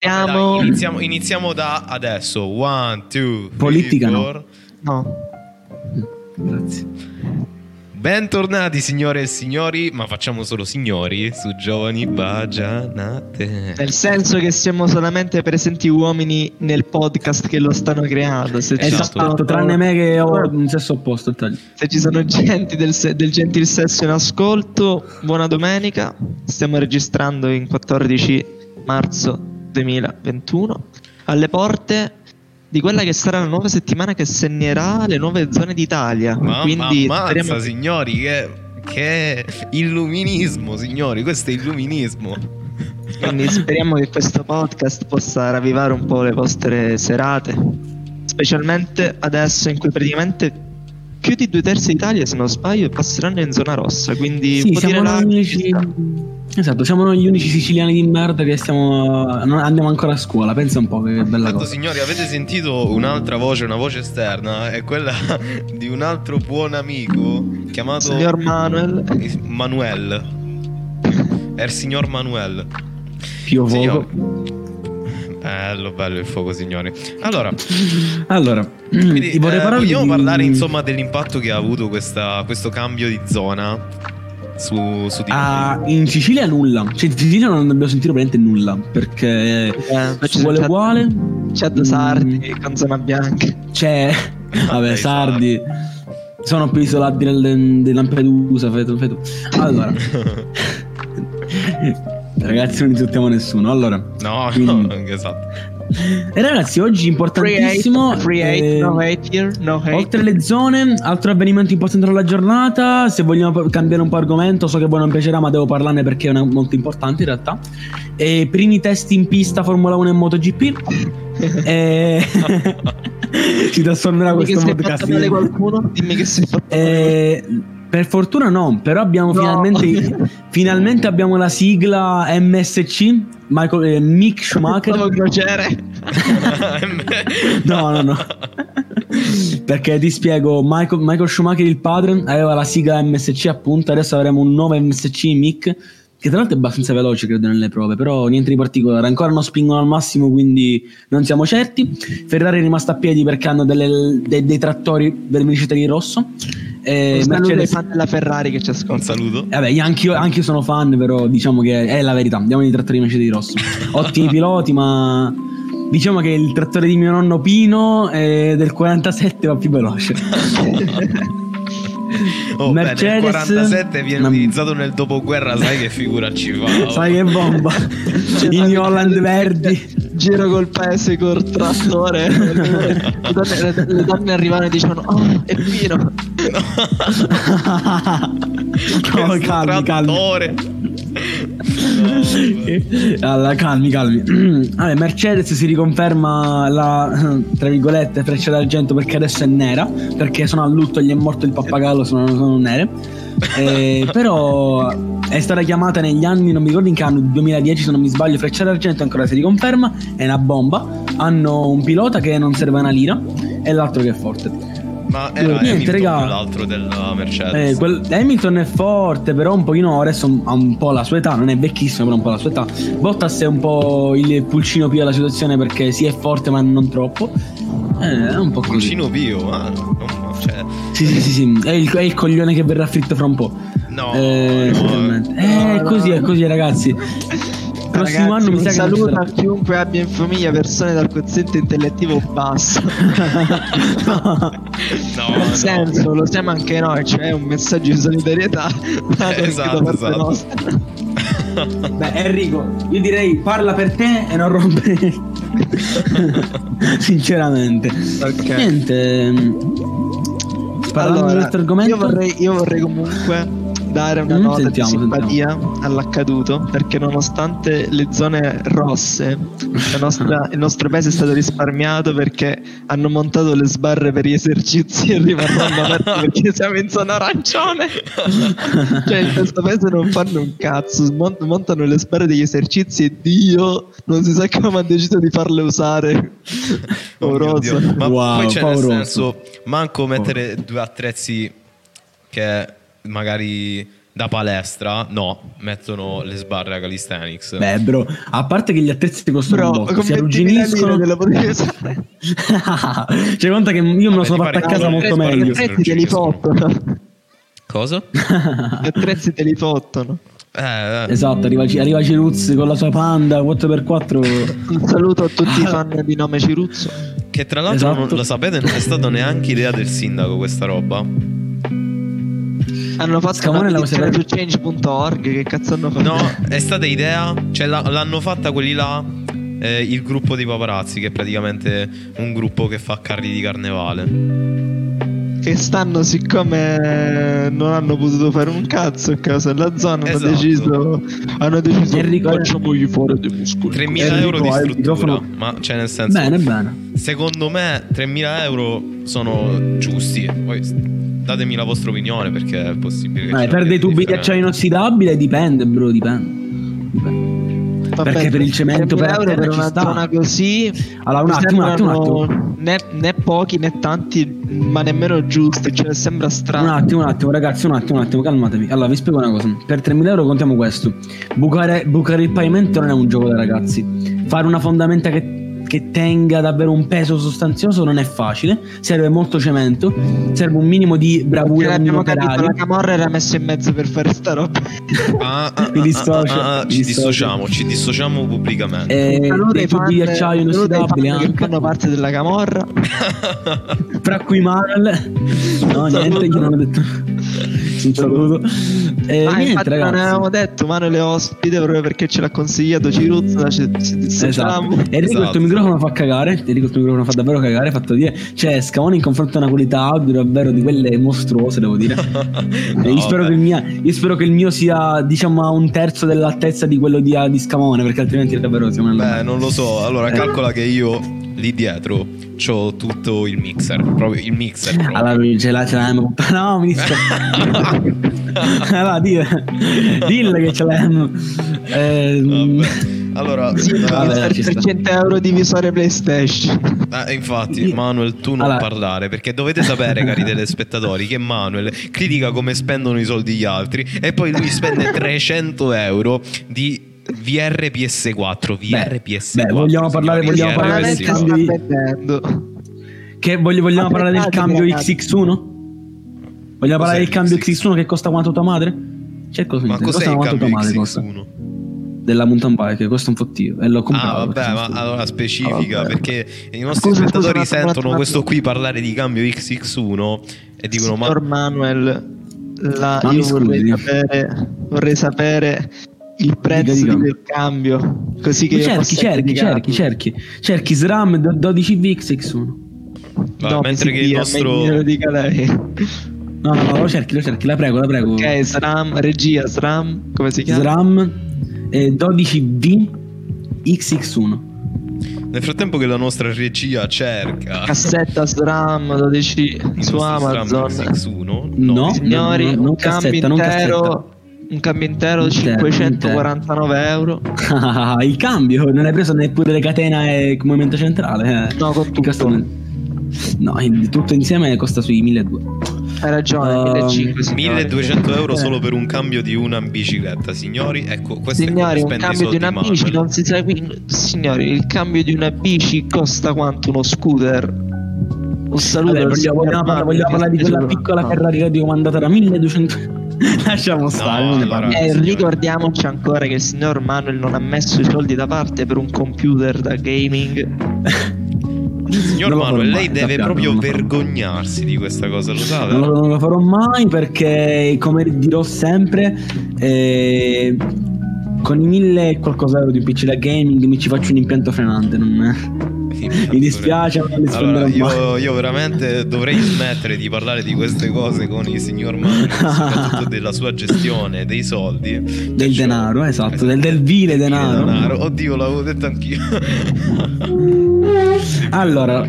Iniziamo. Vabbè, dai, iniziamo da adesso. 1, 2, 3, Politica 4. No. Grazie. Bentornati signore e signori, ma facciamo solo signori su Giovani Bagianate. Nel senso che siamo solamente presenti uomini nel podcast che lo stanno creando. Se ci Esatto, sono- tranne me che ho un sesso opposto. Se ci sono gente del gentil sesso in ascolto, buona domenica. Stiamo registrando in 14 marzo 2021 alle porte di quella che sarà la nuova settimana che segnerà le nuove zone d'Italia. Quindi ammazza signori, che illuminismo, signori, questo è illuminismo. Quindi speriamo che questo podcast possa ravvivare un po' le vostre serate, specialmente adesso in cui praticamente più di 2/3 d'Italia, se non sbaglio, passeranno in zona rossa. Quindi Sì, un po' di siamo relax noi ci unici. sta. Esatto, siamo noi gli unici siciliani di merda che non andiamo ancora a scuola. Pensa un po' che bella Tanto, cosa. signori, avete sentito un'altra voce, una voce esterna? È quella di un altro buon amico chiamato Signor Manuel. Manuel. È il signor Manuel. Pio fuoco. Signori. Bello il fuoco, signori. Allora, Quindi, vorrei parlare vogliamo di... parlare insomma dell'impatto che ha avuto questo cambio di zona su di noi. In Sicilia nulla. Cioè in Sicilia non abbiamo sentito praticamente nulla. Perché Invece vuole c'è- uguale. C'è da Sardi con zona bianca. C'è. Vabbè, i sardi. Sono più isolati di Lampedusa. Fetu. Allora. Ragazzi, non insultiamo nessuno. Allora. No, quindi- esatto. E ragazzi, oggi importantissimo. Free hate, no hate here, no hate. Oltre alle zone, altro avvenimento importante della giornata. Se vogliamo cambiare un po' argomento, so che a voi non piacerà, ma devo parlarne perché è molto importante in realtà. Primi test in pista Formula 1 e MotoGP. Si trasformerà Dimmi che questo si è podcast. fatto male qualcuno. Dimmi che si è fatto male. Per fortuna no, però abbiamo No. finalmente abbiamo la sigla MSC, Mick Schumacher. Stavo crociere. No. Perché ti spiego, Michael Schumacher il padre aveva la sigla MSC, appunto. Adesso avremo un nuovo MSC Mick, che tra l'altro è abbastanza veloce, credo, nelle prove, però niente di particolare. Ancora non spingono al massimo, quindi non siamo certi. Ferrari è rimasta a piedi perché hanno dei trattori vermicelli di rosso. Un saluto ai Mercedes, fan della Ferrari che ci Un ascolta. saluto. vabbè, anch'io sono fan, però diciamo che è la verità. Andiamo di trattori Mercedes di rosso. Ottimi piloti, ma diciamo che il trattore di mio nonno Pino del 47 va più veloce. Oh, Mercedes, bene, il 47 viene utilizzato nel dopoguerra, sai che figura ci fa? Sai che bomba. I New Holland verdi. Giro col paese col trattore. Le donne arrivano e dicono: oh, è Pino. No, Questo calmi. trattore. Allora, calmi. Vabbè, Mercedes si riconferma la, tra virgolette, freccia d'argento, perché adesso è nera, perché sono a lutto, gli è morto il pappagallo, sono nere. Però è stata chiamata negli anni, non mi ricordo in che anno, 2010 se non mi sbaglio, freccia d'argento, ancora si riconferma, è una bomba. Hanno un pilota che non serve una lira e l'altro che è forte. Ma era Niente, Hamilton, raga. l'altro della Mercedes. Hamilton è forte, però un pochino adesso ha un po' la sua età, non è vecchissimo, però un po' la sua età. Bottas è un po' il pulcino pio della situazione, perché sì, è forte ma non troppo. È un po' così. Pulcino Pio, ma cioè, Sì. È il coglione che verrà fritto fra un po'. no, Finalmente. È così, ragazzi. Prossimo anno mi un sa che non ci saluto sarà a chiunque abbia in famiglia persone dal quoziente intellettivo basso. Nel senso, lo siamo anche noi, cioè un messaggio di solidarietà Esatto. da parte nostra. Beh, Enrico, io direi parla per te e non rompere. Sinceramente. Ok. Niente. Parlando di questo argomento, io vorrei comunque dare una nota sentiamo. di simpatia all'accaduto, perché nonostante le zone rosse il nostro paese è stato risparmiato, perché hanno montato le sbarre per gli esercizi e rimarranno aperti perché siamo in zona arancione. Cioè in questo paese non fanno un cazzo, montano le sbarre degli esercizi e Dio non si sa come ha deciso di farle usare. Oh mio Dio. Pauroso. Ma Wow, poi c'è, nel pauroso. senso, manco mettere due attrezzi che magari da palestra, no, mettono le sbarre a calisthenics. Beh, bro, a parte che gli attrezzi costano un botto, con si 20.000 arrugginiscono. lire te la potevi usare. Cioè, conta che io me lo sono ti fatto a pare casa che molto le meglio. Gli attrezzi te li fottono. Cosa? Gli attrezzi te li fottono. Esatto, arriva Ciruzzi con la sua Panda 4x4. Un saluto a tutti i fan di nome Ciruzzo. Che tra l'altro Esatto. non lo sapete, non è stata neanche idea del sindaco questa roba. Hanno fatto Scamone una la petizione userei- su change.org. Che cazzo hanno fatto? No, è stata idea, cioè l'hanno fatta quelli là, il gruppo di paparazzi, che è praticamente un gruppo che fa carri di carnevale. Che stanno, siccome non hanno potuto fare un cazzo a casa della zona, Esatto. hanno deciso Enrico, facciamogli fuori dei muscoli. 3.000 euro di Enrico, hai il struttura, microfono? ma cioè nel senso, Bene. secondo me 3.000 euro sono giusti. Poi datemi la vostra opinione, perché è possibile che ci Per dei abbiate tubi di differenze. acciaio inossidabile dipende, bro, dipende. Vabbè, perché per il cemento 3.000 per euro terra per ci una sta. zona così. Allora, un mi attimo. sembrano né pochi né tanti, ma nemmeno giusti. Cioè, sembra Un strano. attimo, ragazzi, un attimo, calmatevi. Allora, vi spiego una cosa. Per 3.000 euro contiamo questo. Bucare il pavimento non è un gioco da ragazzi. Fare una fondamenta che tenga davvero un peso sostanzioso non è facile. Serve molto cemento. Serve un minimo di bravura. Perché Un minimo l'abbiamo capito, operario. la camorra era messa in mezzo per fare sta roba. Mi dissocio, Ci dissociamo pubblicamente. Saluto Dei ai tubi di fan- acciaio saluto ai fan inossidabili che anche. fanno parte della camorra. Fra cui Manuel. No, niente, io non ho detto. Un saluto. Infatti Niente, non ragazzi. avevamo detto Manuel è ospite proprio perché ce l'ha consigliato Ciruzzo. Ci dissociamo. Esatto. Enrico il Esatto. tuo microfono fa cagare. Enrico il tuo microfono fa davvero cagare. Fatto dire. Cioè, Scamone in confronto a una qualità audio davvero di quelle mostruose, devo dire. No, io spero vabbè. che il mio sia, diciamo, a un terzo dell'altezza di quello di Scamone, perché altrimenti davvero siamo nella. Beh, non lo so. Allora, calcola che io lì dietro c'ho tutto il mixer. Proprio il mixer. Proprio. Allora, ce l'abbiamo. No, mi dispiace. Allora, dille che ce l'abbiamo. Vabbè. Allora, Sì, vabbè, per ci sta. 300 euro divisore PlayStation. infatti, Manuel, tu non Allora. parlare, perché dovete sapere, cari telespettatori, che Manuel critica come spendono i soldi gli altri e poi lui spende 300 euro di VR PS4. VR PS4. beh, vogliamo parlare signori, del Veramente cambio sta di- vendendo. Che vogliamo parlare del Aspettate, cambio ragazzi. XX1? Vogliamo parlare del Cos'è cambio l'X1? XX1 che costa quanto tua madre? Cerco su Ma internet. cos'è Costa il quanto tua cambio madre costa? X1? Della mountain bike, costa un fottio. E l'ho comprato. Ah, vabbè, perché ma sono allora specifica, Vabbè. perché i nostri Scusa, spettatori un attimo. sentono questo qui parlare di cambio XX1 e dicono: ma Signor Manuel, Ma io mi scusi. vorrei sapere il prezzo Dica. del cambio. Così che io possa criticarlo. cerchi SRAM 12VX X1. va, No, mentre mi che il dia, nostro meglio lo dica lei. No, lo cerchi, la prego. Ok, SRAM, regia, SRAM, come si chiama? SRAM 12V XX1. nel frattempo che la nostra regia cerca Cassetta SRAM 12 il su nostro Amazon. SRAM X1, No. Signori, non un cambio cassetta, non intero. Un cambio intero Intero, 549 euro. Il cambio, non hai preso neppure le catene e il movimento centrale. No, con Che tutto. costa- No, tutto insieme costa sui 1.200. Hai ragione, 1.500 signori. 1200 euro solo per un cambio di una bicicletta, signori. Ecco, questo Signori, è un come spende i cambio di soldi una bici Manuel. non si sa signori, il cambio di una bici costa quanto uno scooter? Un saluto Vabbè, al vogliamo signor Manuel, parlare di che quella si- piccola no. Ferrari radiocomandata da 1.200. Lasciamo stare, non ne allora. parlo. Ricordiamoci ancora che il signor Manuel non ha messo i soldi da parte per un computer da gaming. Signor Non lo farò Manuel, mai, lei deve sappiate, proprio non lo farò mai. vergognarsi di questa cosa, lo sa? Non lo farò mai perché, come dirò sempre, con i 1.000 e qualcosa euro di un PC da gaming mi ci faccio un impianto frenante. Mi dispiace, ma non li Allora, sfonderò mai. io veramente dovrei smettere di parlare di queste cose con il signor Manuel, soprattutto della sua gestione dei soldi. Del denaro, esatto, del vile denaro. Oddio, l'avevo detto anch'io. Allora,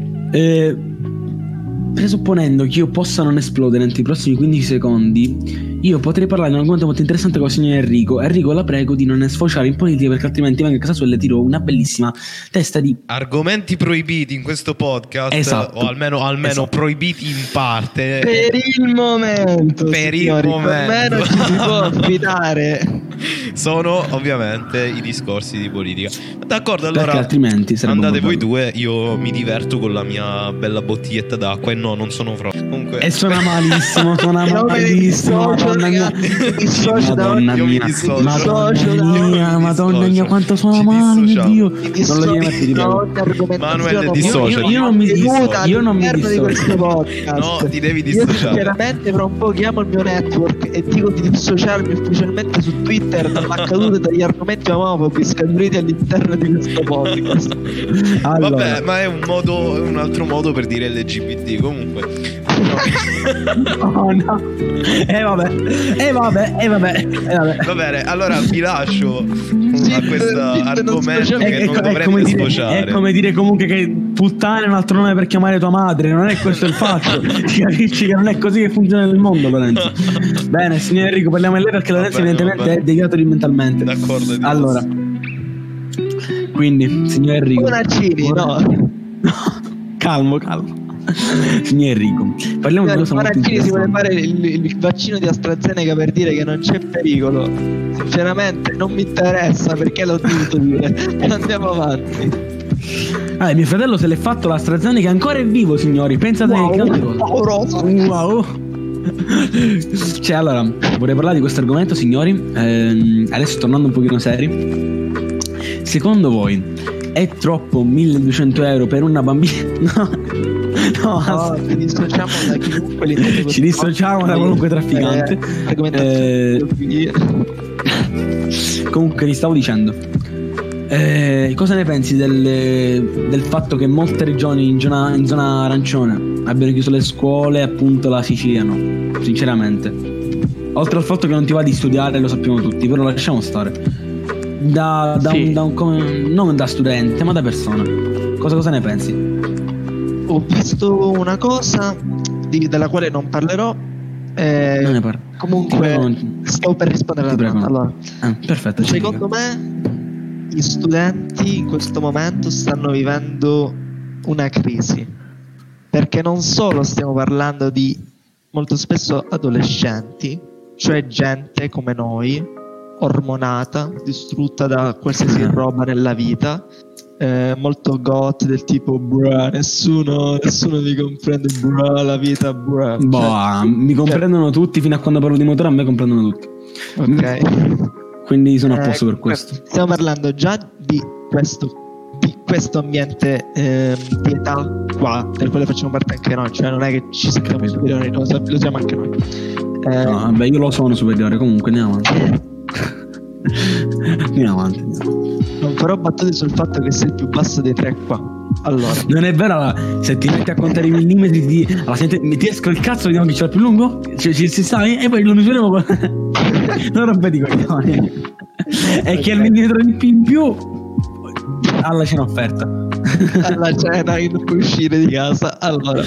presupponendo che io possa non esplodere entro i prossimi 15 secondi, io potrei parlare di un argomento molto interessante con il signor Enrico. Enrico, la prego di non sfociare in politica, perché altrimenti vengo a casa sua e le tiro una bellissima testa di argomenti proibiti in questo podcast, esatto, o almeno esatto, proibiti in parte per il momento. Per signori, il momento almeno ci si può affidare. sono ovviamente i discorsi di politica. D'accordo, allora perché altrimenti andate voi due, io mi diverto con la mia bella bottiglietta d'acqua. E no, non sono proprio. Comunque e suona malissimo, suona malissimo. Madonna mia, Madonna mia, quanto suona male, mio Dio. Non lo devi mettere di più. Manuel, dissociati. Io non mi dissocio. No, ti devi dissociare. Io sinceramente fra un po' chiamo il mio network e dico di dissociarmi ufficialmente su Twitter dall'accaduto e dagli argomenti omofobi scaturiti all'interno di questo podcast. Allora. Vabbè, ma è un altro modo per dire LGBT. Comunque no. Vabbè. Va bene, allora vi lascio a questo argomento che non dovrebbe sfociare. È come dire comunque che puttana è un altro nome per chiamare tua madre. Non è questo il fatto. Capisci che non è così che funziona nel mondo, Lorenzo. Bene, signor Enrico, parliamo di lei perché Lorenzo evidentemente è deviato mentalmente. D'accordo. Allora, quindi, signor Enrico, no. calmo. Signor Enrico, parliamo di cosa molto interessante. Si vuole fare interessante. il vaccino di AstraZeneca per dire che non c'è pericolo. Sinceramente non mi interessa perché l'ho dovuto dire. Andiamo avanti. Mio fratello se l'è fatto l'AstraZeneca, ancora è vivo, signori. Pensate che grande cosa. Wow. Cioè, allora, vorrei parlare di questo argomento, signori. Adesso tornando un pochino seri. Secondo voi è troppo 1.200 euro per una bambina? No, ci dissociamo da chiunque. Ci dissociamo da qualunque trafficante. Comunque ti stavo dicendo, cosa ne pensi del fatto che molte regioni in zona arancione abbiano chiuso le scuole, appunto la Sicilia no, sinceramente. Oltre al fatto che non ti va di studiare, lo sappiamo tutti, però lasciamo stare. Non da studente, ma da persona. Cosa ne pensi? Ho visto una cosa della quale non parlerò. Non ne parlo. Comunque, sto per rispondere alla domanda. Allora, perfetto. Secondo me, gli studenti in questo momento stanno vivendo una crisi. Perché non solo stiamo parlando di molto spesso adolescenti, cioè gente come noi, ormonata, distrutta da qualsiasi roba nella vita, molto goth del tipo bruh, nessuno mi comprende, bruh, la vita, bruh. Mi comprendono tutti, fino a quando parlo di motore a me comprendono tutti. Ok. Quindi sono a posto per questo. Stiamo parlando già di questo ambiente di età qua, del quale facciamo parte anche noi, cioè non è che ci sentiamo superiori, lo siamo anche noi. No, vabbè, io lo sono superiore, comunque andiamo avanti. Andiamo avanti. Non farò battute sul fatto che sei il più basso dei tre qua. Allora, non è vero, se ti metti a contare i millimetri ti esco il cazzo, vediamo chi c'è il più lungo, ci stai e poi lo misuriamo con... non rompete i coglioni. E chi ha il millimetro in più alla cena offerta. Alla cena che non puoi uscire di casa. Allora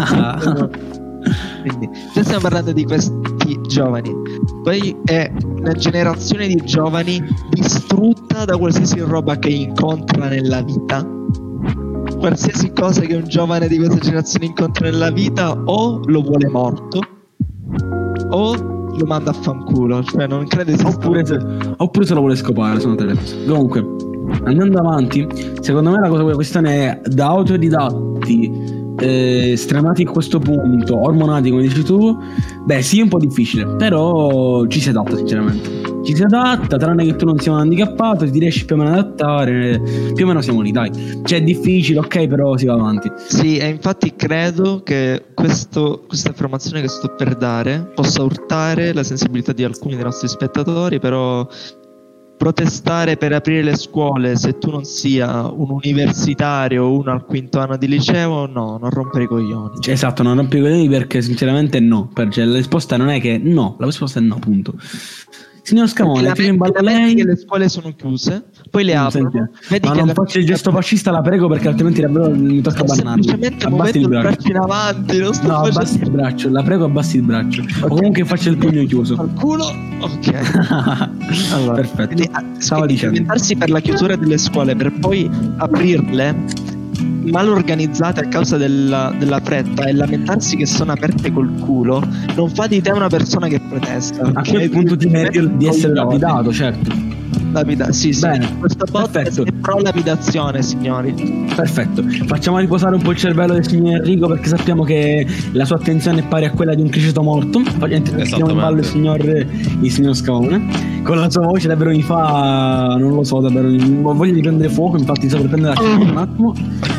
quindi se stiamo parlando di questi giovani, poi è una generazione di giovani distrutta da qualsiasi roba che incontra nella vita. Qualsiasi cosa che un giovane di questa generazione incontra nella vita o lo vuole morto o lo manda a fanculo, cioè non crede sia oppure se lo vuole scopare, sono tre cose. Comunque, andando avanti, secondo me la questione è da autodidatti stremati a questo punto, ormonati come dici tu, sì, è un po' difficile, però ci si adatta, sinceramente. Ci si adatta, tranne che tu non sia un handicappato, ti riesci più o meno ad adattare, più o meno siamo lì, dai. Cioè è difficile, ok, però si va avanti. Sì, e infatti credo che questa informazione che sto per dare possa urtare la sensibilità di alcuni dei nostri spettatori, però protestare per aprire le scuole se tu non sia un universitario o uno al quinto anno di liceo, no, non rompere i coglioni. Esatto, non rompere i coglioni perché sinceramente no, cioè, la risposta non è che no, la risposta è no, punto. Signor Scamone, tiro in ballo lei. Che le scuole sono chiuse, poi le aprono. Vedi Ma che non faccio il gesto fascista, la prego, perché altrimenti davvero mi tocca bannarlo. Semplicemente Abbassi il muovendo il braccio. braccio in avanti, non sto No, facendo abbassi il braccio, la prego, abbassi il braccio. O comunque faccio il pugno chiuso. al culo. Ok. Allora, Perfetto. quindi, Stavo dicendo. lamentarsi per la chiusura delle scuole per poi aprirle mal organizzate a causa della fretta e lamentarsi che sono aperte col culo non fa di te una persona che protesta. A quel punto ti meriti di essere lapidato, certo. Sì. Bene, Questo podcast perfetto. è pro lapidazione, signori. Perfetto, facciamo riposare un po' il cervello del signor Enrico, perché sappiamo che la sua attenzione è pari a quella di un criceto morto. Tiriamo in ballo il signor Scamone. Con la sua voce davvero mi fa, non lo so, davvero ho voglia di prendere fuoco, infatti sto per prendere la chiave un attimo.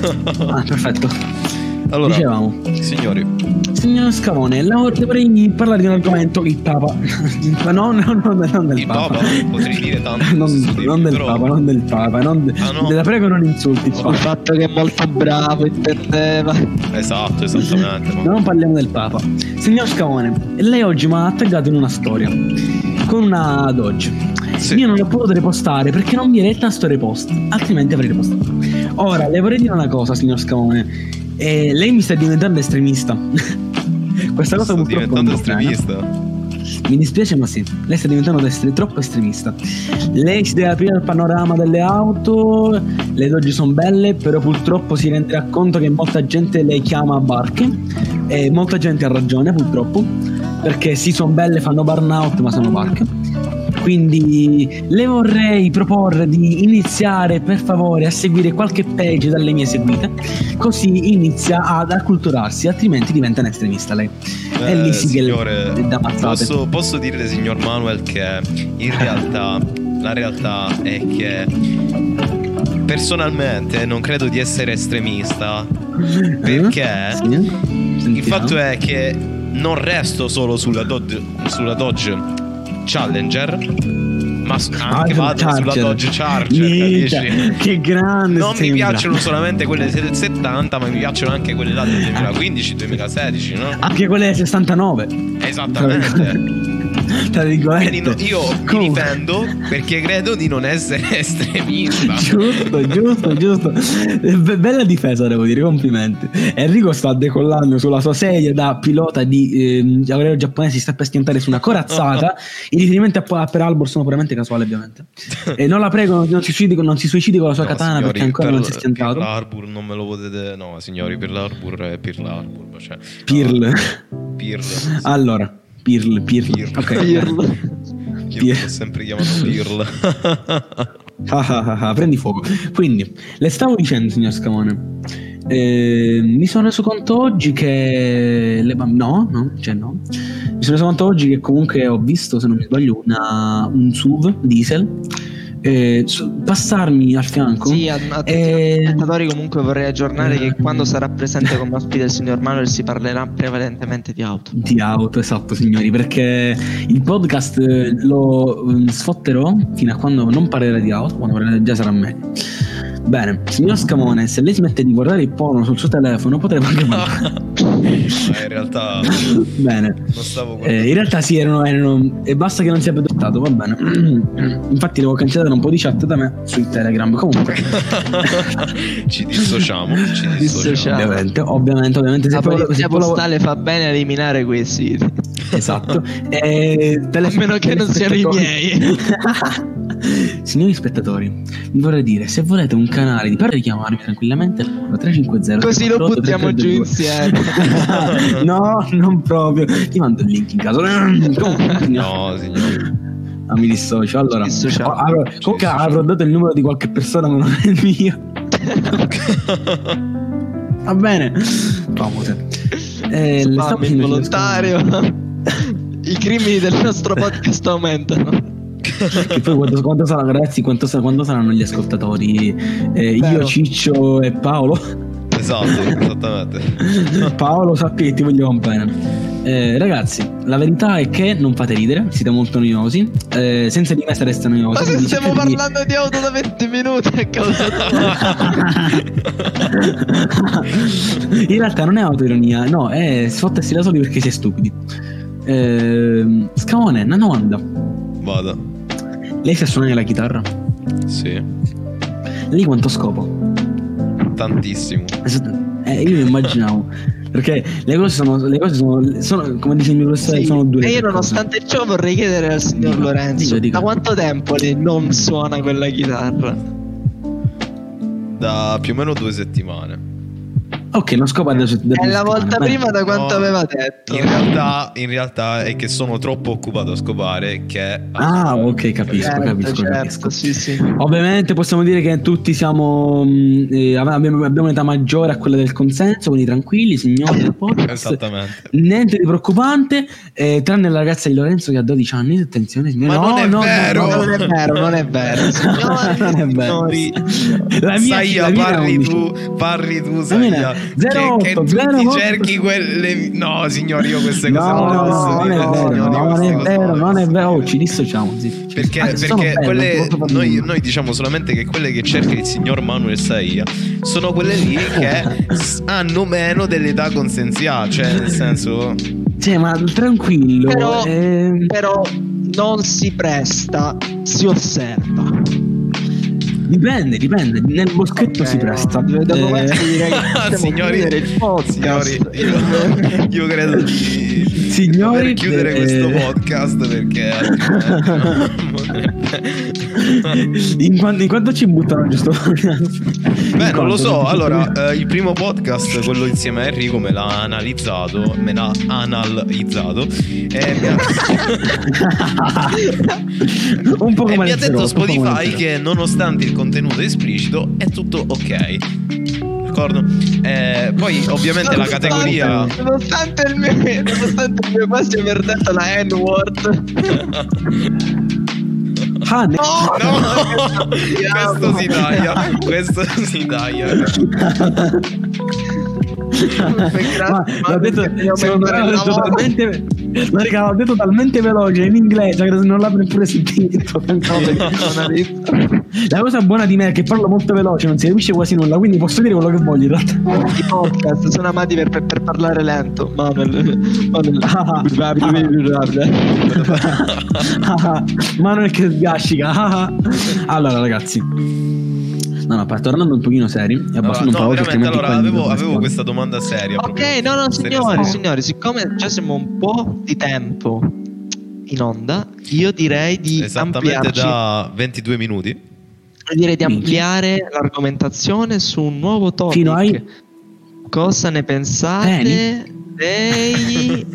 Perfetto. Allora, dicevamo, signori, signor Scamone, vorrei parlare di un argomento, il Papa. non del il Papa. potrei dire tanto. non del Papa, non del Papa, no. La prego, non insulti il Papa. Il fatto che è molto bravo, intendeva. Esatto, esattamente. Non parliamo del Papa. Signor Scamone, lei oggi mi ha taggato in una storia con una Dodge. Sì. Io non l'ho potuto repostare perché non mi è retta sto repost, altrimenti avrei repostato. Ora, le vorrei dire una cosa, signor Scamone. Lei mi sta diventando estremista. Questa cosa Sto purtroppo diventando non va bene. estremista. Mi dispiace, ma sì, lei sta diventando troppo estremista. Lei si deve aprire al panorama delle auto. Le Dodge sono belle, però purtroppo si renderà conto che molta gente le chiama barche. E molta gente ha ragione, purtroppo, perché sì, sono belle, fanno burnout, ma sono barche. Quindi le vorrei proporre di iniziare, per favore, a seguire qualche page dalle mie seguite, così inizia ad acculturarsi, altrimenti diventa un estremista lei. E lì sì signore, che da mazzate. posso dirle, signor Manuel, che in realtà la realtà è che personalmente non credo di essere estremista, perché il fatto è che non resto solo sulla Dodge Challenger, ma anche vado sulla Dodge Charger, capisci? Che grande. Non mi piacciono solamente quelle del 70, ma mi piacciono anche quelle là del 2015-2016, no? Anche quelle del 69. Esattamente. Quindi io mi difendo perché credo di non essere estremista. Giusto. Bella difesa, devo dire, complimenti. Enrico sta decollando sulla sua sedia da pilota di aereo giapponese, si sta per schiantare su una corazzata. I riferimenti a Pearl Harbor sono puramente casuali, ovviamente. E non la prego, non si suicidi con la sua katana, signori, perché ancora non si è schiantato. Pearl Harbor non me lo potete. No, signori, Pearl Harbor è Pearl Harbor, cioè, Pearl. Allora, Pearl. Ok. Io l'ho sempre chiamato Pearl. Prendi fuoco. Quindi, le stavo dicendo, signor Scamone, mi sono reso conto oggi che mi sono reso conto oggi che comunque ho visto, se non mi sbaglio, un SUV diesel passarmi al fianco. Sì, a tutti gli spettatori comunque vorrei aggiornare che quando sarà presente come ospite il signor Manuel si parlerà prevalentemente di auto. Di auto, esatto, signori, perché il podcast lo sfotterò fino a quando non parlerà di auto, quando parlerà già sarà meglio. Bene, signor Scamone, se lei smette di guardare il porno sul suo telefono potrebbe anche in realtà bene, non stavo guardando. In realtà sì, erano e basta che non sia adottato, va bene. Infatti devo cancellare un po' di chat da me su Telegram. Comunque ci dissociamo. Ovviamente la polizia postale fa bene a eliminare quei siti. Esatto. A meno che non siano i miei. Signori spettatori, vi vorrei dire, se volete un canale di per chiamarmi tranquillamente 350 così lo buttiamo giù insieme. No, non proprio. Ti mando il link in caso. No, signori. Mi dissocio. Allora, comunque avrò dato il numero di qualche persona, ma non è il mio. Va bene. Famose. Spam volontario. I crimini del nostro podcast aumentano. E poi quanto sarà, ragazzi, quanto saranno gli ascoltatori? Io, Ciccio e Paolo. Esatto, esattamente. Paolo, sappi che ti vogliamo bene. Ragazzi, la verità è che non fate ridere, siete molto noiosi. Senza di me sareste noiosi. Ma se stiamo parlando di auto da 20 minuti a causa in realtà non è autoironia, no, è sfottersi da soli perché si è stupidi. Scamone, una domanda. Vado. Lei sa suonare la chitarra? Sì. Lei quanto scopo? Tantissimo. Io lo immaginavo. Perché le cose sono come dice il mio professore, Sì, sono due. e io nonostante ciò vorrei chiedere al signor Lorenzo, dica. da quanto tempo lei non suona quella chitarra? Da più o meno 2 settimane. Ok, non scopa da È la volta prima da quanto No, aveva detto. In realtà è che sono troppo occupato a scopare che... ok, capisco. Sì. Ovviamente possiamo dire che tutti siamo abbiamo un'età maggiore a quella del consenso, quindi tranquilli, signori del podcast. Esattamente. Niente di preoccupante, tranne la ragazza di Lorenzo che ha 12 anni. Attenzione, signori. Ma non è vero! No, non è vero. Signori, Non è vero. signori. Saia, parli tu, Saia. Che tutti cerchi quelle... No, signori, io queste cose non le posso dire. Non è vero. Oh, ci dissociamo. Sì. Perché quelle noi diciamo solamente che quelle che cerca il signor Manuel Saia sono quelle lì che hanno meno dell'età consenziale, cioè nel senso... Sì, ma tranquillo. Però non si presta, si osserva. Dipende, nel boschetto si presta. Dopo questo direi che signori, il podcast. Io credo di signori, chiudere questo podcast perché in quanto ci buttano giusto? Beh, non lo so. Allora, il primo podcast, quello insieme a Enrico, me l'ha analizzato, me l'ha analizzato e un po' come mi ha detto Spotify che nonostante il contenuto esplicito è tutto ok. D'accordo? Poi ovviamente la categoria, nonostante il mio quasi aver detto la N-word. no, questo si taglia. l'ho detto talmente veloce in inglese che non l'avrei neppure sentito. La cosa buona di me è che parlo molto veloce, non si capisce quasi nulla, quindi posso dire quello che voglio in realtà. I podcast sono amati per parlare lento. Manuel che sgascica. Allora ragazzi, no, tornando un pochino seri e abbassando un po' veramente, allora avevo questa domanda seria. Ok, no, signori, siccome già siamo un po' di tempo in onda, io direi di esattamente da 22 minuti. Direi di ampliare l'argomentazione su un nuovo topic. Fino ai... Cosa ne pensate dei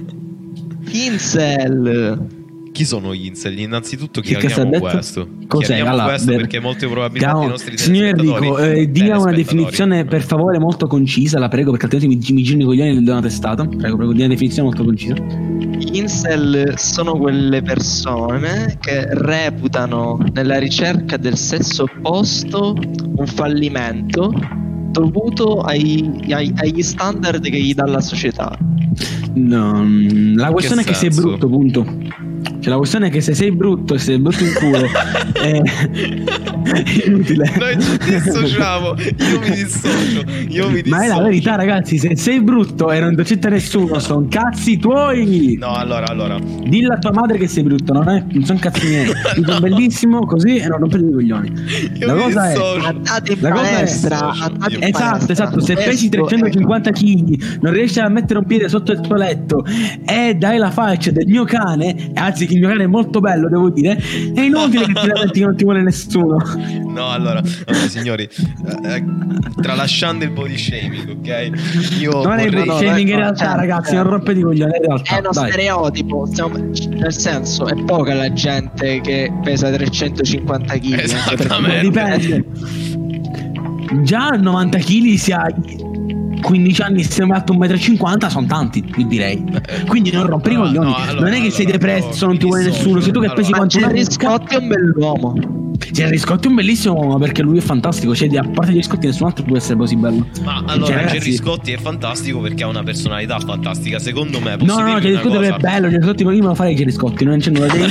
incel? Chi sono gli incel? Innanzitutto chiariamo questo. Cos'è? Allora, questo perché molto probabilmente i nostri signor Enrico, dia una definizione per favore molto concisa, la prego, perché altrimenti mi giro i coglioni da una testata. Prego, dia una definizione molto concisa. Gli incel sono quelle persone che reputano nella ricerca del sesso opposto un fallimento dovuto agli standard che gli dà la società. No, la questione è che sei brutto, punto. Cioè la questione è che se sei brutto e sei brutto in culo è inutile. Noi ci dissociamo. Io mi dissocio. Ma è la verità, ragazzi, se sei brutto e non ti accetta nessuno, sono cazzi tuoi. No, allora. Dillo a tua madre che sei brutto, non sono cazzi miei. Io sono bellissimo così e non rompete i coglioni. La cosa è andate in palestra. Esatto, se pesi 350 kg, non riesci a mettere un piede sotto il tuo letto e dai la faccia del mio cane, anzi che il mio cane è molto bello, devo dire, è inutile che ti lamenti che non ti vuole nessuno. No, allora signori, tralasciando il body shaming, ok? Io non è il body shaming in realtà, ragazzi, non rompete i coglioni, in realtà. È uno stereotipo, nel senso, è poca la gente che pesa 350 kg. Esattamente. Dipende. Già 90 kg si ha 15 anni, se mi ha fatto 1,50 m sono tanti, io direi. Quindi non rompere i coglioni. Non è che sei depresso, non ti vuole nessuno. Sei tu che pesi quanto Gerry Scotti è un bell'uomo. Gerry Scotti è un bellissimo uomo, perché lui è fantastico. Cioè, a parte Gerry Scotti, nessun altro può essere così bello. Ma allora, Gerry Scotti è fantastico perché ha una personalità fantastica. Secondo me, no, Gerry Scotti è bello. Gerry Scotti, io me lo farei Gerry Scotti. Non c'è nulla.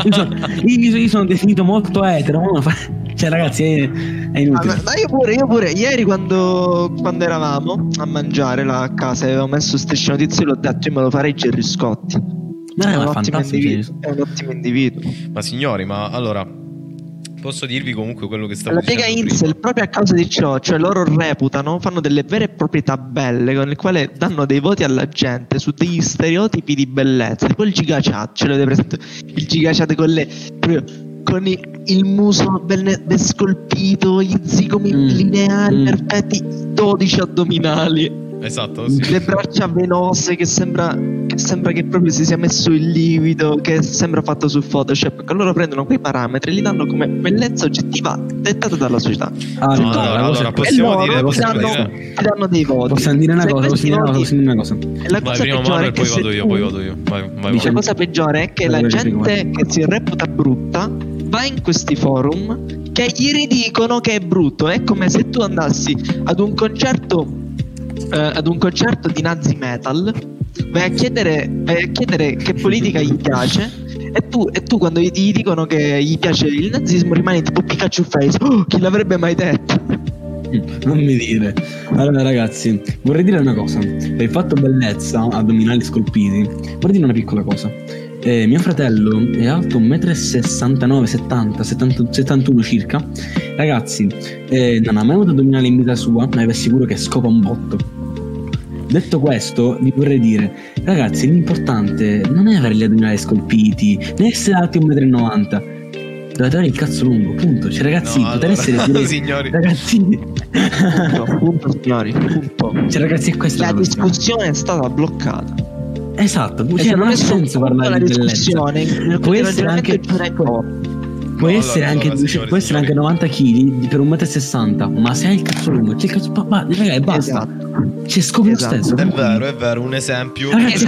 Io sono definito molto etero. Cioè, ragazzi, è inutile. Ma io pure. Ieri, quando eravamo a mangiare là a casa, avevo messo strisce notizie, l'ho detto, io me lo farei Gerry Scotti. Ma è un ottimo individuo. Ma signori, ma allora posso dirvi comunque quello che stavo la dicendo piega Incel proprio a causa di ciò, cioè loro reputano, fanno delle vere e proprie tabelle con le quali danno dei voti alla gente su degli stereotipi di bellezza, tipo il gigachat, ce l'avete presente? Il gigachat con il muso ben scolpito, gli zigomi lineari perfetti, 12 addominali. Esatto, sì. Le braccia venose che sembra che proprio si sia messo il livido, che sembra fatto su Photoshop. Che loro prendono quei parametri e li danno come bellezza oggettiva dettata dalla società. Allora possiamo dire ti danno dei voti. Possiamo dire una cosa, La cosa peggiore è che poi vado io. Vai. La cosa peggiore è che la gente che si reputa brutta va in questi forum che gli ridicono che è brutto. È come se tu andassi ad un concerto di Nazi metal, vai a chiedere che politica gli piace, e tu quando gli dicono che gli piace il nazismo rimani tipo Pikachu face. Chi l'avrebbe mai detto? Non mi dire. Allora ragazzi, vorrei dire una cosa. Per il fatto bellezza, addominali scolpiti, vorrei dire una piccola cosa. Mio fratello è alto 1,69 m, 71 circa. Ragazzi, non ha mai avuto addominali in vita sua, ma vi assicuro che scopa un botto. Detto questo, vi vorrei dire, ragazzi, l'importante non è avere gli addominali scolpiti, né essere alti 1,90 m. Dovete avere il cazzo lungo, punto. Cioè ragazzi, poter essere più signori. Ragazzi, punto signori, punto. Cioè ragazzi, è questa la discussione è stata bloccata. Esatto, cioè non ha senso parlare di bellezza. Può essere anche può essere anche 90 kg per 1,60 m, ma se hai il cazzo lungo, c'è il cazzo e basta. Esatto. C'è scopo lo stesso. È vero, un esempio. Ragazzi,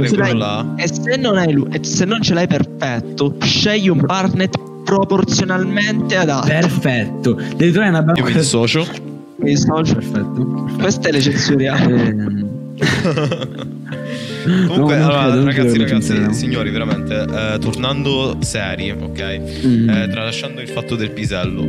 se non ce l'hai perfetto, scegli un partner proporzionalmente adatto. Perfetto. Devi trovare una Io mi dissocio. Perfetto. Questa è le censuriamo. Comunque, ragazzi, signori, veramente, tornando seri, ok? Tralasciando il fatto del pisello,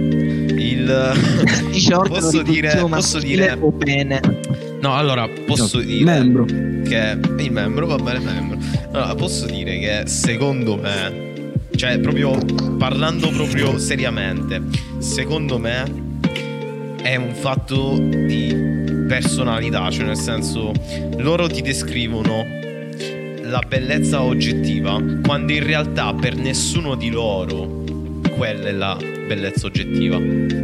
posso dire o pene. No, allora posso dire membro. Che il membro, va bene, membro. Allora, posso dire che secondo me, cioè proprio parlando proprio seriamente, secondo me è un fatto di personalità, cioè nel senso, loro ti descrivono la bellezza oggettiva quando in realtà per nessuno di loro quella è la bellezza oggettiva,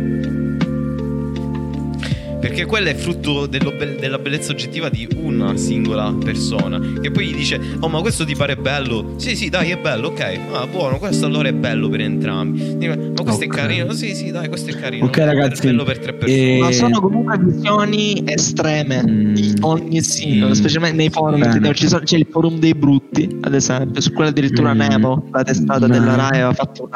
perché quella è frutto della bellezza oggettiva di una singola persona, che poi gli dice: oh, ma questo ti pare bello? Sì, dai, è bello, ok, buono, questo allora è bello per entrambi. Ma questo è carino? Sì, dai, questo è carino. Ok, ragazzi, è bello per 3 persone. Ma sono comunque visioni estreme di ogni singolo, specialmente nei forum. C'è il forum dei brutti, ad esempio, su quello addirittura Nemo, la testata della Rai, aveva fatto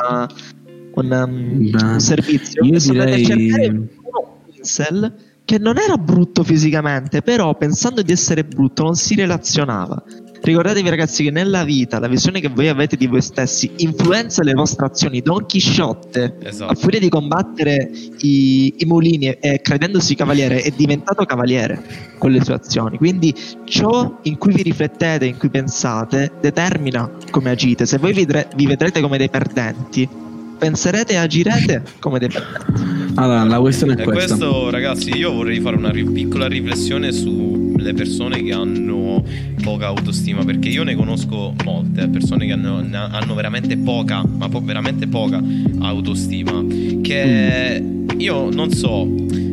un servizio. Io direi cercare direi uno incel che non era brutto fisicamente, però pensando di essere brutto non si relazionava. Ricordatevi, ragazzi, che nella vita la visione che voi avete di voi stessi influenza le vostre azioni. Don Chisciotte, esatto, a furia di combattere i mulini e credendosi cavaliere, è diventato cavaliere con le sue azioni. Quindi ciò in cui vi riflettete, in cui pensate, determina come agite. Se voi vi vedrete come dei perdenti, penserete e agirete come dei perdenti. Allora, la questione è questa. Questo, ragazzi, io vorrei fare una piccola riflessione sulle persone che hanno poca autostima, perché io ne conosco molte persone che hanno veramente poca, ma veramente poca autostima, che io non so,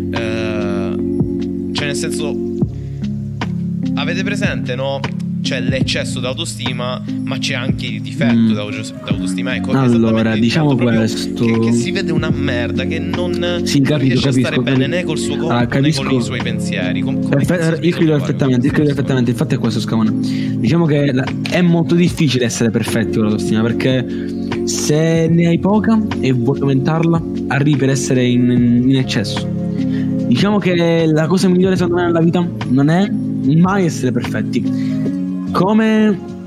cioè nel senso, avete presente, no? C'è l'eccesso d'autostima, ma c'è anche il difetto d'autostima. Ecco, allora, diciamo questo, che si vede una merda, che non riesce a stare bene né col suo corpo né con i suoi pensieri. Io credo perfettamente. Il fatto è questo, Scamone. Diciamo che è molto difficile essere perfetti con l'autostima, perché se ne hai poca e vuoi aumentarla, arrivi per essere in eccesso. Diciamo che la cosa migliore secondo me nella vita non è mai essere perfetti. Come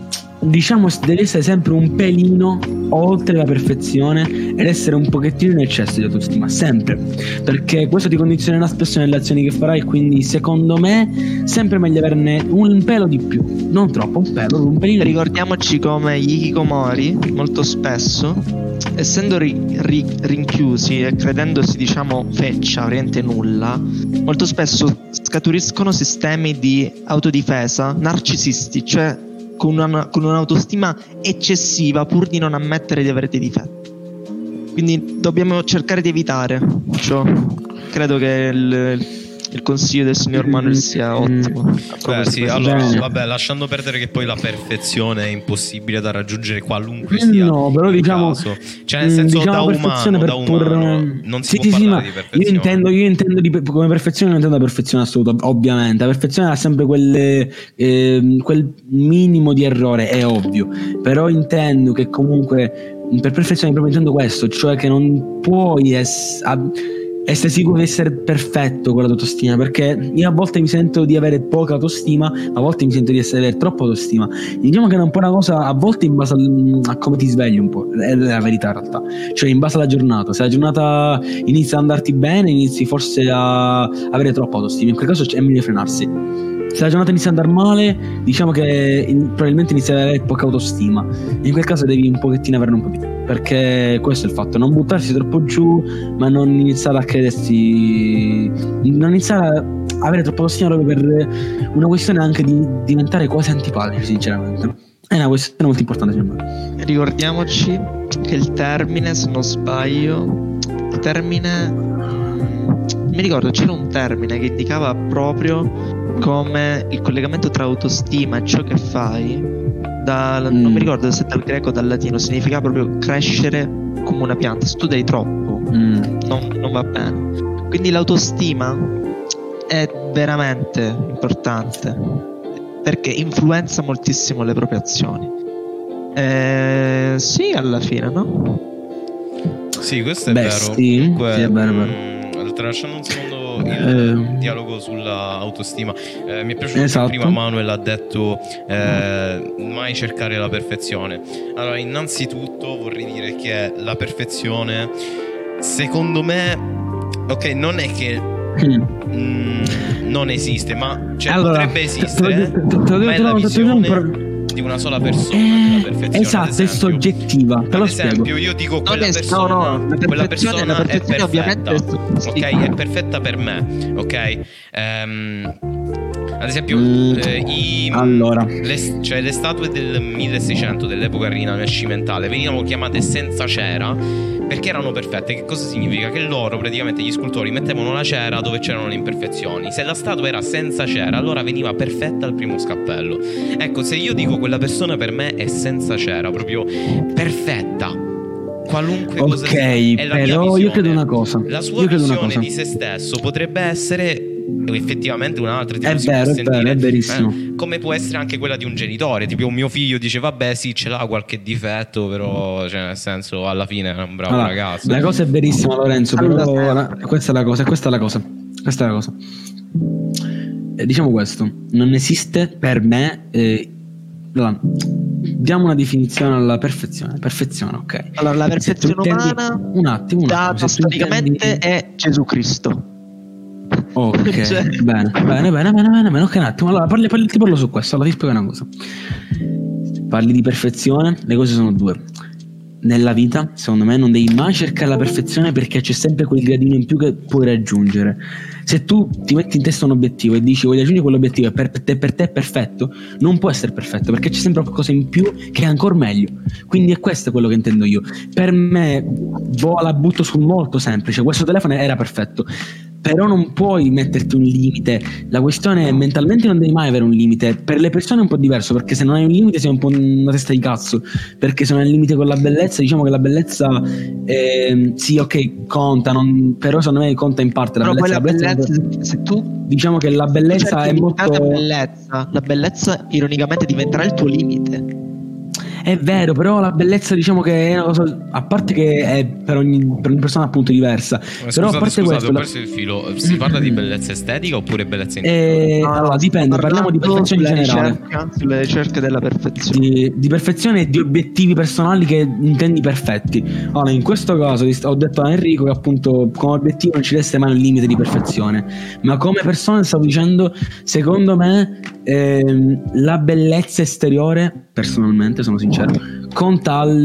diciamo deve essere sempre un pelino oltre la perfezione ed essere un pochettino in eccesso di autostima, sempre, perché questo ti condizionerà spesso nelle azioni che farai, quindi secondo me sempre meglio averne un pelo di più, non troppo, un pelo, un pelino. Ricordiamoci come gli hikikomori molto spesso, essendo rinchiusi e credendosi diciamo feccia, oriente nulla, molto spesso scaturiscono sistemi di autodifesa narcisisti, cioè con un'autostima eccessiva pur di non ammettere di avere dei difetti. Quindi dobbiamo cercare di evitare ciò. Credo che il consiglio del signor Manuel sia ottimo. Sì, allora, vabbè, lasciando perdere che poi la perfezione è impossibile da raggiungere qualunque sia. No, però diciamo caso. Cioè nel senso diciamo da umano non si può parlare di perfezione. Io intendo come perfezione, non intendo la perfezione assoluta, ovviamente. La perfezione ha sempre quel minimo di errore, è ovvio. Però intendo che comunque per perfezione proprio intendo questo, cioè che non puoi essere sicuro di essere perfetto con l'autostima, perché io a volte mi sento di avere poca autostima, a volte mi sento di avere troppa autostima. Diciamo che è un po' una cosa a volte in base a come ti svegli, un po', è la verità in realtà, cioè in base alla giornata. Se la giornata inizia ad andarti bene, inizi forse a avere troppa autostima, in quel caso è meglio frenarsi. Se la giornata inizia ad andare male, diciamo che probabilmente inizia ad avere poca autostima. In quel caso devi un pochettino averne un po' di più, perché questo è il fatto, non buttarsi troppo giù, ma non iniziare a credersi, non iniziare a avere troppa autostima proprio per una questione anche di diventare quasi antipatici, sinceramente. È una questione molto importante, secondo me. Ricordiamoci che il termine, se non sbaglio, mi ricordo c'era un termine che indicava proprio come il collegamento tra autostima e ciò che fai, non mi ricordo se dal greco o dal latino, significa proprio crescere come una pianta. Se tu dai troppo non va bene. Quindi l'autostima è veramente importante perché influenza moltissimo le proprie azioni. Sì, alla fine, no? Sì, questo è vero. Sì, comunque, sì, è vero. Tralasciando un secondo il dialogo sulla autostima, mi è piaciuto che prima Manuel ha detto mai cercare la perfezione. Allora, innanzitutto vorrei dire che la perfezione, secondo me, ok, non è che non esiste, ma cioè, potrebbe esistere, ma è la visione di una sola persona della perfezione. Esatto, è soggettiva. Ad esempio, io dico quella persona è perfetta, ovviamente ok, è perfetta per me, ok. Ad esempio, le statue del 1600 dell'epoca rinascimentale venivano chiamate senza cera perché erano perfette. Che cosa significa? Che loro, praticamente, gli scultori mettevano la cera dove c'erano le imperfezioni. Se la statua era senza cera, allora veniva perfetta al primo scappello. Ecco, se io dico quella persona per me è senza cera, proprio perfetta, qualunque cosa sia, è la mia visione. Io credo una cosa. La sua visione di se stesso potrebbe essere effettivamente un'altra, tipo, è verissimo. come può essere anche quella di un genitore, tipo un mio figlio dice vabbè sì, ce l'ha qualche difetto, però cioè, nel senso, alla fine è un bravo ragazzo. La cosa è verissima, Lorenzo, però questa è la cosa. Diciamo questo, non esiste per me diamo una definizione alla perfezione, ok. Allora, la perfezione umana un attimo storicamente è Gesù Cristo. Ok, cioè... bene, ok, un attimo. Allora ti parlo su questo, allora ti spiego una cosa. Parli di perfezione, le cose sono due. Nella vita, secondo me, non devi mai cercare la perfezione, perché c'è sempre quel gradino in più che puoi raggiungere. Se tu ti metti in testa un obiettivo e dici voglio raggiungere quell'obiettivo e per te è perfetto, non può essere perfetto, perché c'è sempre qualcosa in più che è ancora meglio. Quindi è questo quello che intendo io. Per me la butto sul molto semplice. Questo telefono era perfetto, però non puoi metterti un limite. La questione è, mentalmente non devi mai avere un limite. Per le persone è un po' diverso, perché se non hai un limite sei un po' una testa di cazzo, perché se non hai il limite con la bellezza, diciamo che la bellezza sì, ok, conta, però secondo me conta in parte la bellezza. Se tu, diciamo che la bellezza è molto la bellezza ironicamente diventerà il tuo limite. È vero, però la bellezza diciamo che è una cosa, a parte che è per ogni persona appunto diversa. Però a parte questo, ho perso il filo. Si parla di bellezza estetica oppure bellezza interiore? Allora, dipende, parliamo di perfezione in generale. Sulla ricerca della perfezione. Di perfezione e di obiettivi personali che intendi perfetti. Allora, in questo caso ho detto a Enrico che appunto come obiettivo non ci deve essere mai un limite di perfezione, ma come persona stavo dicendo, secondo me la bellezza esteriore, personalmente sono sincero, conta al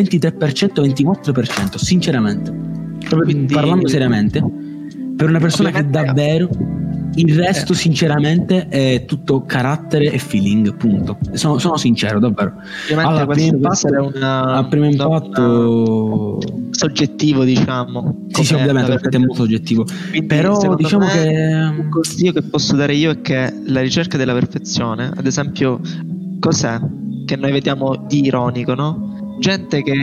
23%-24%, sinceramente, proprio parlando seriamente, per una persona che davvero, il resto sinceramente è tutto carattere e feeling, punto. Sono sincero, davvero. Allora, primo impatto soggettivo, diciamo. Sì, ovviamente, perché è molto soggettivo. Quindi, però diciamo che un consiglio che posso dare io è che la ricerca della perfezione, ad esempio, cos'è che noi vediamo di ironico, no? Gente che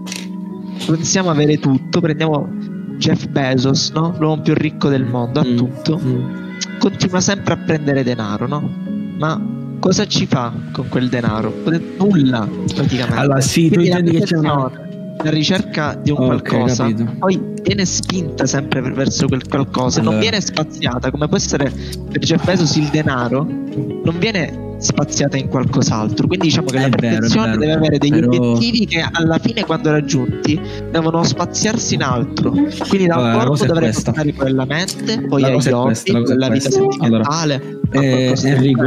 pensiamo avere tutto, prendiamo Jeff Bezos, no? L'uomo più ricco del mondo, ha tutto. Continua sempre a prendere denaro, no? Ma cosa ci fa con quel denaro? Nulla, praticamente. Allora, sì, tu intendi che c'è la ricerca di un qualcosa, capito. Poi viene spinta sempre verso quel qualcosa, non viene spaziata, come può essere per Jeff Bezos il denaro, non viene spaziata in qualcos'altro. Quindi diciamo che la perfezione deve avere degli obiettivi che alla fine, quando raggiunti, devono spaziarsi in altro. Quindi dal corpo dovrei portare quella mente, poi agli hobby, la vita sentimentale. Enrico,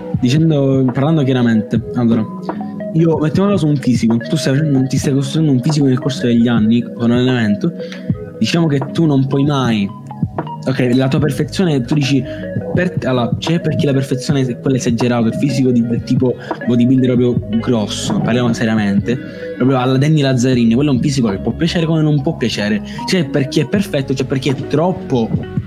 parlando chiaramente, allora, io mettiamola su un fisico. Tu ti stai costruendo un fisico nel corso degli anni con un allenamento. Diciamo che tu non puoi mai, ok, la tua perfezione, tu dici allora, c'è per chi la perfezione è quella esagerata, il fisico del tipo bodybuilder proprio grosso, parliamo seriamente, proprio alla Danny Lazzarini, quello è un fisico che può piacere come non può piacere. C'è per chi è perfetto, c'è per chi è troppo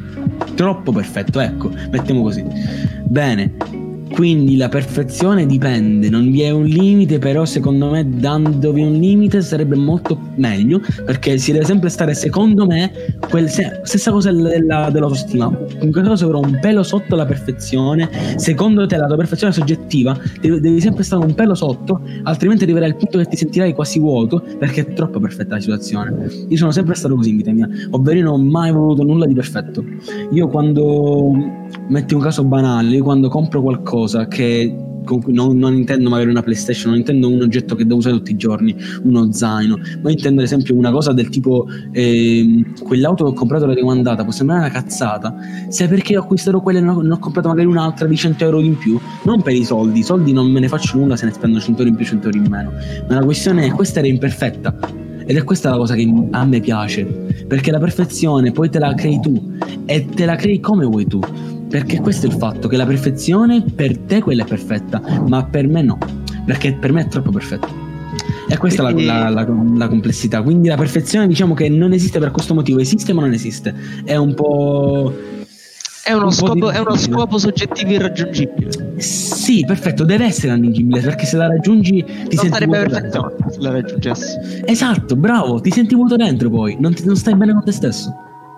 perfetto, ecco, mettiamo così. Bene. Quindi la perfezione dipende, non vi è un limite, però secondo me dandovi un limite sarebbe molto meglio, perché si deve sempre stare, secondo me, stessa cosa dell'autostima, in questo caso però un pelo sotto la perfezione. Secondo te la tua perfezione è soggettiva, devi sempre stare un pelo sotto, altrimenti arriverai al punto che ti sentirai quasi vuoto, perché è troppo perfetta la situazione. Io sono sempre stato così in vita mia, ovvero non ho mai voluto nulla di perfetto. Io quando, metti un caso banale, quando compro qualcosa che non intendo magari una PlayStation, non intendo un oggetto che devo usare tutti i giorni, uno zaino, ma intendo ad esempio una cosa del tipo quell'auto che ho comprato la rimandata, può sembrare una cazzata, se perché ho acquistato quella e non ho comprato magari un'altra di 100 euro in più, non per i soldi non me ne faccio nulla se ne spendo 100 euro in più, 100 euro in meno, ma la questione è questa era imperfetta. Ed è questa la cosa che a me piace, perché la perfezione poi te la crei tu e te la crei come vuoi tu, perché questo è il fatto, che la perfezione per te quella è perfetta, ma per me no, perché per me è troppo perfetta. E questa è la complessità. Quindi la perfezione diciamo che non esiste per questo motivo, esiste ma non esiste, è un po'... È uno scopo soggettivo irraggiungibile. Sì, perfetto, deve essere raggiungibile, perché se la raggiungi ti senti vuoto dentro. Se la raggiungessi. Esatto, bravo, ti senti vuoto dentro poi, non stai bene con te stesso.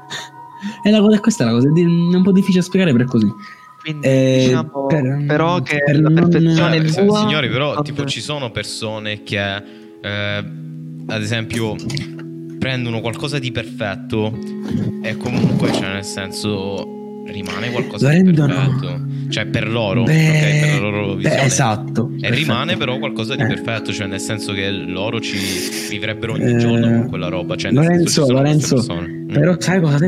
Questa è la cosa, è un po' difficile da spiegare, però è così. Quindi diciamo però che la perfezione è tua. Signori, però tipo ci sono persone che ad esempio prendono qualcosa di perfetto e comunque, cioè nel senso, rimane qualcosa di perfetto, cioè per loro, ok, per la loro visione, esatto, e perfetto. Rimane però qualcosa di perfetto, cioè nel senso che loro ci vivrebbero ogni giorno con quella roba, cioè Lorenzo, però sai cosa?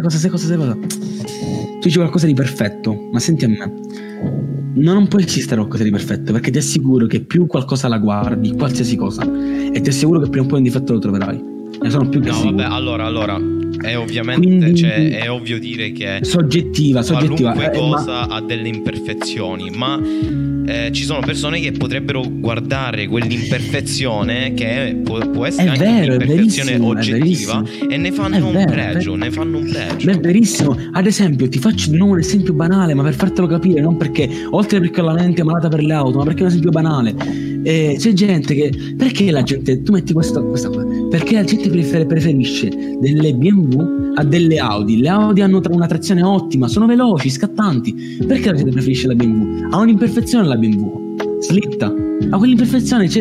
Tu dici qualcosa di perfetto, ma senti a me, non può esistere qualcosa di perfetto, perché ti assicuro che più qualcosa la guardi, qualsiasi cosa, e ti assicuro che prima o poi un difetto lo troverai. Ne sono più che sicuro. Vabbè, allora è ovviamente, quindi, cioè, è ovvio dire che soggettiva qualunque cosa ha delle imperfezioni, ma ci sono persone che potrebbero guardare quell'imperfezione che può essere anche un'imperfezione oggettiva e ne fanno un pregio. Beh, verissimo. Ad esempio, ti faccio di nuovo un esempio banale, ma per fartelo capire, non perché, oltre perché la mente è malata per le auto, ma perché è un esempio banale. C'è gente che, perché la gente, tu metti questa cosa, perché la gente preferisce delle BMW a delle Audi. Le Audi hanno una trazione ottima, sono veloci, scattanti. Perché la gente preferisce la BMW? Ha un'imperfezione la BMW, slitta, ha quell'imperfezione, cioè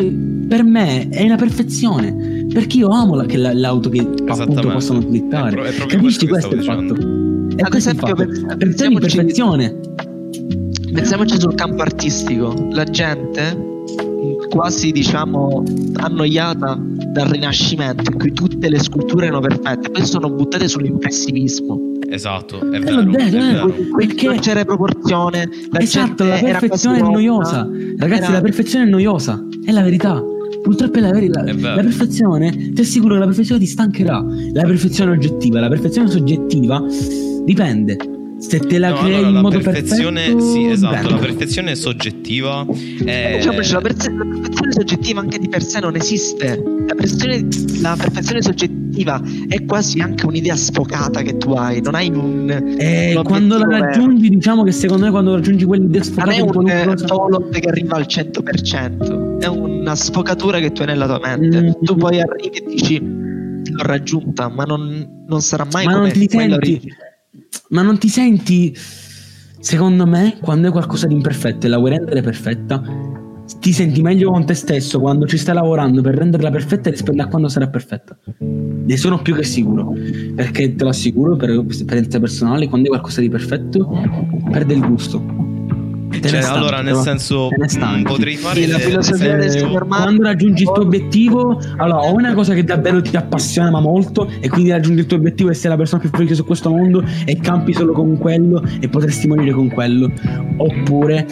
per me è una perfezione, perché io amo l'auto che appunto possono slittare. Capisci? Questo è il fatto. E ad esempio, perfezione di perfezione. Pensiamoci sul campo artistico. La gente quasi, diciamo, annoiata dal Rinascimento, in cui tutte le sculture erano perfette, poi sono buttate sull'impressivismo. Esatto, è vero. Perché non c'era proporzione. La perfezione è noiosa. Ragazzi, la perfezione è noiosa, è la verità. Purtroppo è la verità. La perfezione, ti assicuro che la perfezione ti stancherà. La perfezione oggettiva, la perfezione soggettiva dipende. Se te la crei in modo perfetto, sì, esatto, la perfezione soggettiva è... la perfezione soggettiva anche di per sé non esiste. La perfezione soggettiva è quasi anche un'idea sfocata che tu hai. Non hai un quando la raggiungi, diciamo che secondo me quando raggiungi quell'idea sfocata non è un Tolot che arriva al 100%, è una sfocatura che tu hai nella tua mente. Tu poi arrivi e dici l'ho raggiunta, ma non sarà mai come quella originale. Ma non ti senti, secondo me, quando è qualcosa di imperfetto e la vuoi rendere perfetta, ti senti meglio con te stesso quando ci stai lavorando per renderla perfetta rispetto a quando sarà perfetta. Ne sono più che sicuro, perché te lo assicuro per esperienza personale, quando è qualcosa di perfetto perde il gusto. Allora, nel senso, potrei fare la filosofia del Superman. Quando raggiungi il tuo obiettivo, allora, o una cosa che davvero ti appassiona ma molto, e quindi raggiungi il tuo obiettivo e sei la persona più felice su questo mondo e campi solo con quello e potresti morire con quello, oppure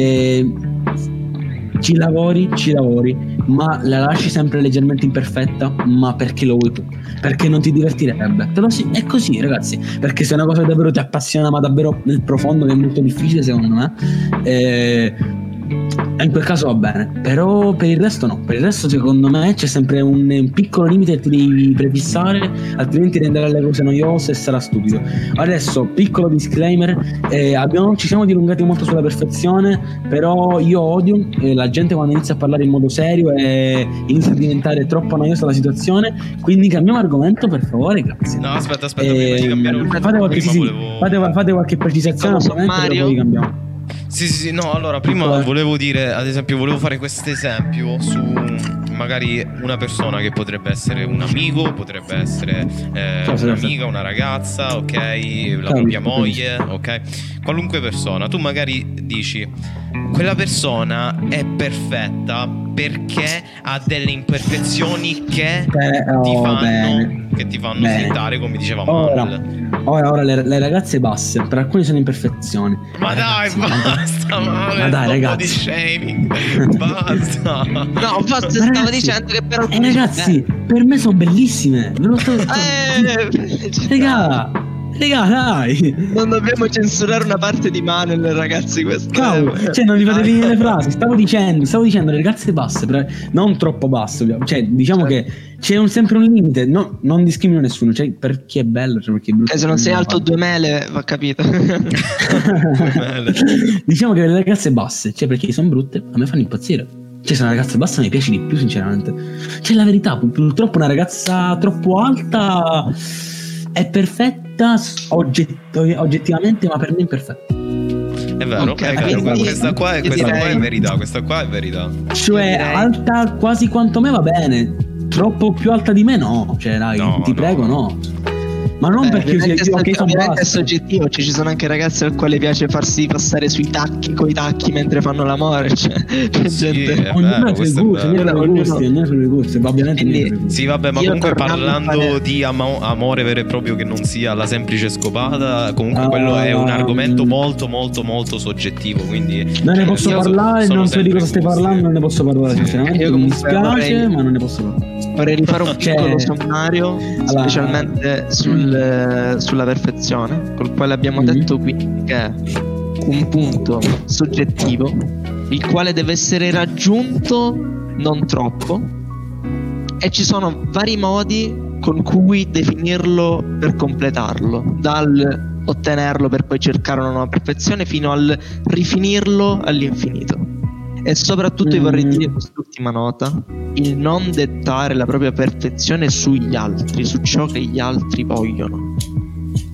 ci lavori, ma la lasci sempre leggermente imperfetta, ma perché lo vuoi tu, perché non ti divertirebbe. È così, ragazzi, perché se è una cosa che davvero ti appassiona, ma davvero nel profondo, che è molto difficile secondo me, in quel caso va bene, però per il resto no. Per il resto secondo me c'è sempre un piccolo limite che ti devi prefissare, altrimenti renderai le cose noiose e sarà stupido. Adesso, piccolo disclaimer, ci siamo dilungati molto sulla perfezione, però io odio la gente quando inizia a parlare in modo serio e inizia a diventare troppo noiosa la situazione, quindi cambiamo argomento, per favore, grazie. No, aspetta, prima di cambiare fate qualche precisazione, ovviamente, poi cambiamo. Sì, no, allora prima volevo dire, ad esempio, volevo fare questo esempio su magari una persona che potrebbe essere un amico, potrebbe essere un'amica, una ragazza, ok, la propria moglie, ok, qualunque persona. Tu magari dici quella persona è perfetta perché ha delle imperfezioni che ti fanno slittare, come dicevamo. Ora le ragazze basse per alcuni sono imperfezioni. Ma dai, basta, ma dai, ragazzi, shaming. Basta. No, forse stavo dicendo che per alcuni ragazzi, per me sono bellissime. Ve lo sto Raga, dai! Non dobbiamo censurare una parte di Manuel, ragazzi. Questo cioè, non vi fate venire le frasi. Stavo dicendo le ragazze basse, non troppo basse. Cioè, diciamo che c'è sempre un limite. No, non discrimino nessuno. Cioè, per chi è bello, cioè per chi è brutto. Se non sei alto 2 mele, va capito. Diciamo che le ragazze basse, cioè perché sono brutte, a me fanno impazzire. Cioè, se una ragazza bassa mi piace di più, sinceramente. Cioè, la verità, purtroppo una ragazza troppo alta è perfetta oggettivamente, ma per me è imperfetta. È vero, okay, è vero. Questa qua è verità. Cioè, alta quasi quanto me va bene, troppo più alta di me no. Cioè, dai, ti prego, no. Ma non perché è soggettivo, ci sono anche ragazze al quale piace farsi passare sui tacchi, coi tacchi mentre fanno l'amore, cioè gente. Ognuno ha i gusti, ovviamente. Sì, vabbè, ma comunque parlando di amore vero e proprio, che non sia la semplice scopata, comunque quello è un argomento molto molto molto soggettivo, quindi non ne posso parlare, non so di cosa stai parlando, non ne posso parlare sinceramente, mi dispiace, ma non ne posso parlare. Vorrei rifare un piccolo sommario, specialmente sulla perfezione, col quale abbiamo detto quindi che è un punto soggettivo il quale deve essere raggiunto non troppo, e ci sono vari modi con cui definirlo per completarlo, dal ottenerlo per poi cercare una nuova perfezione fino al rifinirlo all'infinito. E soprattutto io vorrei dire quest'ultima nota: il non dettare la propria perfezione sugli altri, su ciò che gli altri vogliono.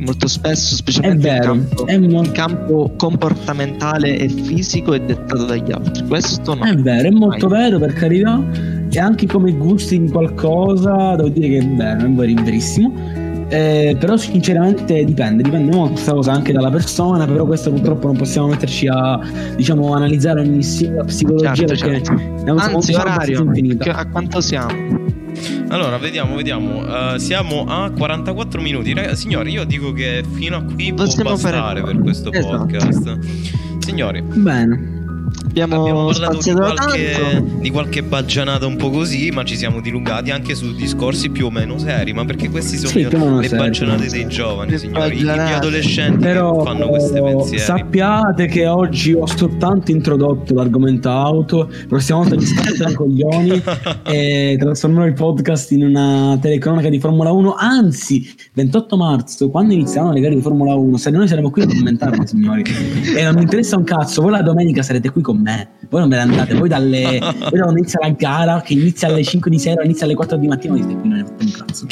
molto spesso, specialmente in campo comportamentale e fisico, è dettato dagli altri. Questo no. È vero, è molto vero, per carità. E anche come gusti in qualcosa, devo dire che è vero, è verissimo. Però sinceramente dipende molto questa cosa anche dalla persona, però questo purtroppo non possiamo metterci a, diciamo, analizzare ogni singola psicologia, perché anzi, orario, a quanto siamo? Allora, vediamo. Siamo a 44 minuti. Ragazzi, signori, io dico che fino a qui possiamo può bastare per questo podcast. Signori, bene. Abbiamo parlato di qualche baggianata un po' così, ma ci siamo dilungati anche su discorsi più o meno seri. Ma perché questi sono le baggianate dei giovani, signori. Gli adolescenti però che fanno queste pensieri. Sappiate che oggi ho soltanto introdotto l'argomento auto. La prossima volta mi scattano i coglioni e trasformerò il podcast in una telecronaca di Formula 1. Anzi, 28 marzo, quando inizieranno le gare di Formula 1, noi saremo qui a commentarle, signori. E non mi interessa un cazzo. Voi la domenica sarete qui con me. Voi non ve ne andate, voi quando inizia la gara, che inizia alle 5 di sera, inizia alle 4 di mattina, voi siete qui, non ne fate un cazzo.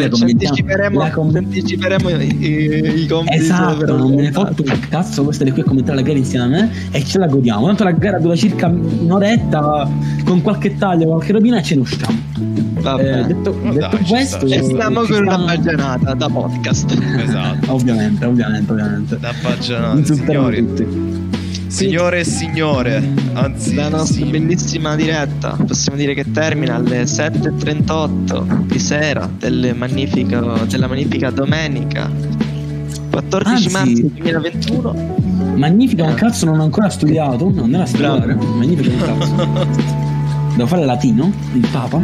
Anticiperemo i compiti. Esatto, non me ne fotto un cazzo, voi state qui a commentare la gara insieme a me e ce la godiamo. Tanto la gara dura circa un'oretta, con qualche taglio, qualche robina, e ce ne usciamo. Detto questo, e stiamo con una baggianata da podcast. Esatto. Ovviamente. Da baggianata, signori. Signore e signore, anzi, la nostra bellissima diretta possiamo dire che termina alle 7:38 di sera della magnifica domenica 14 marzo 2021. Magnifica un cazzo, non ho ancora studiato, non era studiare. Magnifica un cazzo. Devo fare latino, il papa.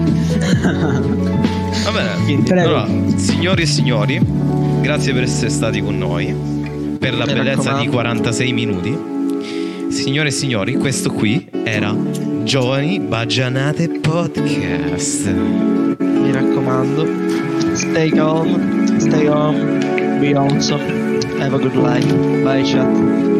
Va bene. Allora, signori e signori, grazie per essere stati con noi per la bellezza di 46 minuti. Signore e signori, questo qui era Giovani Baggianate Podcast. Mi raccomando, stay calm, stay home, be awesome, have a good life. Bye chat.